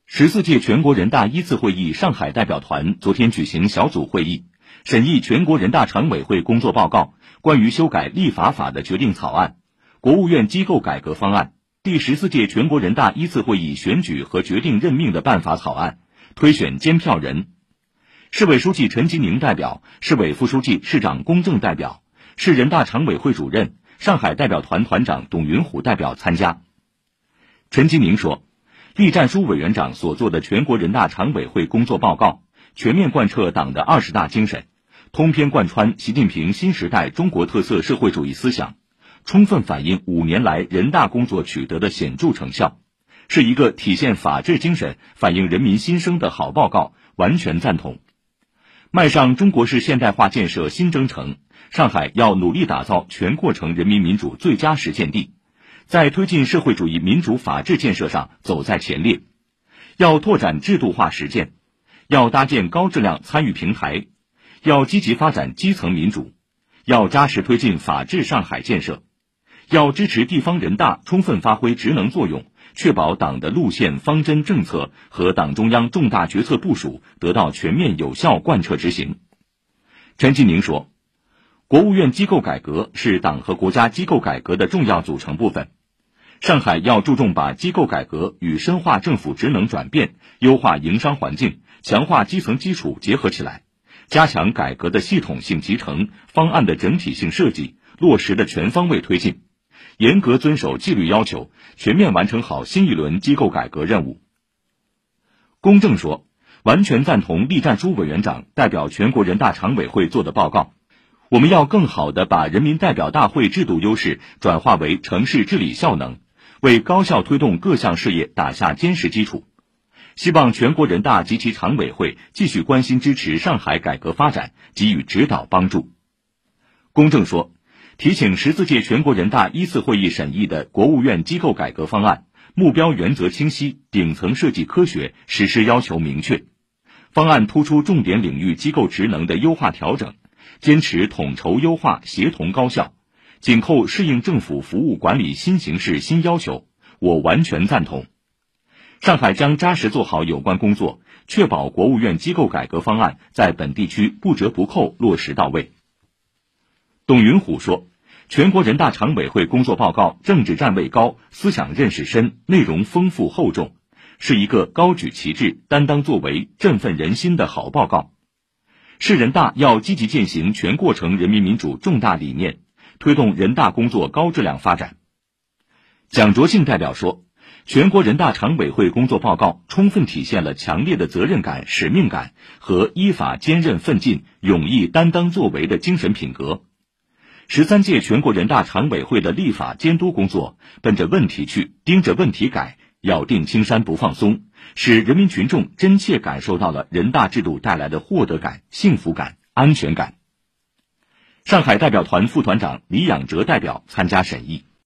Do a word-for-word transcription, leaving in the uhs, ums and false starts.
十四届全国人大一次会议上海代表团昨天举行小组会议，审议全国人大常委会工作报告关于修改立法法的决定草案、国务院机构改革方案、第十四届全国人大一次会议选举和决定任命的办法草案、推选监票人。市委书记陈吉宁代表，市委副书记、市长龚正代表，市人大常委会主任、上海代表团团长董云虎代表参加。陈吉宁说，栗战书委员长所做的全国人大常委会工作报告，全面贯彻党的二十大精神，通篇贯穿习近平新时代中国特色社会主义思想，充分反映五年来人大工作取得的显著成效，是一个体现法治精神、反映人民心声的好报告，完全赞同。迈上中国式现代化建设新征程，上海要努力打造全过程人民民主最佳实践地，在推进社会主义民主法治建设上走在前列，要拓展制度化实践，要搭建高质量参与平台，要积极发展基层民主，要扎实推进法治上海建设，要支持地方人大充分发挥职能作用，确保党的路线方针政策和党中央重大决策部署得到全面有效贯彻执行。陈吉宁说，国务院机构改革是党和国家机构改革的重要组成部分，上海要注重把机构改革与深化政府职能转变、优化营商环境、强化基层基础结合起来，加强改革的系统性集成、方案的整体性设计、落实的全方位推进，严格遵守纪律要求，全面完成好新一轮机构改革任务。龚正说，完全赞同栗战书委员长代表全国人大常委会做的报告，我们要更好地把人民代表大会制度优势转化为城市治理效能，为高效推动各项事业打下坚实基础。希望全国人大及其常委会继续关心支持上海改革发展，给予指导帮助。龚正说，提请十四届全国人大一次会议审议的国务院机构改革方案，目标原则清晰，顶层设计科学，实施要求明确。方案突出重点领域机构职能的优化调整，坚持统筹优化、协同高效，紧扣适应政府服务管理新形势新要求，我完全赞同。上海将扎实做好有关工作，确保国务院机构改革方案在本地区不折不扣落实到位。董云虎说，全国人大常委会工作报告政治站位高，思想认识深，内容丰富厚重，是一个高举旗帜、担当作为、振奋人心的好报告。市人大要积极践行全过程人民民主重大理念，推动人大工作高质量发展。蒋卓庆代表说，全国人大常委会工作报告充分体现了强烈的责任感、使命感和依法坚韧奋进、勇毅担当作为的精神品格。十三届全国人大常委会的立法监督工作，奔着问题去，盯着问题改，咬定青山不放松，使人民群众真切感受到了人大制度带来的获得感、幸福感、安全感。上海代表团副团长李养哲代表参加审议。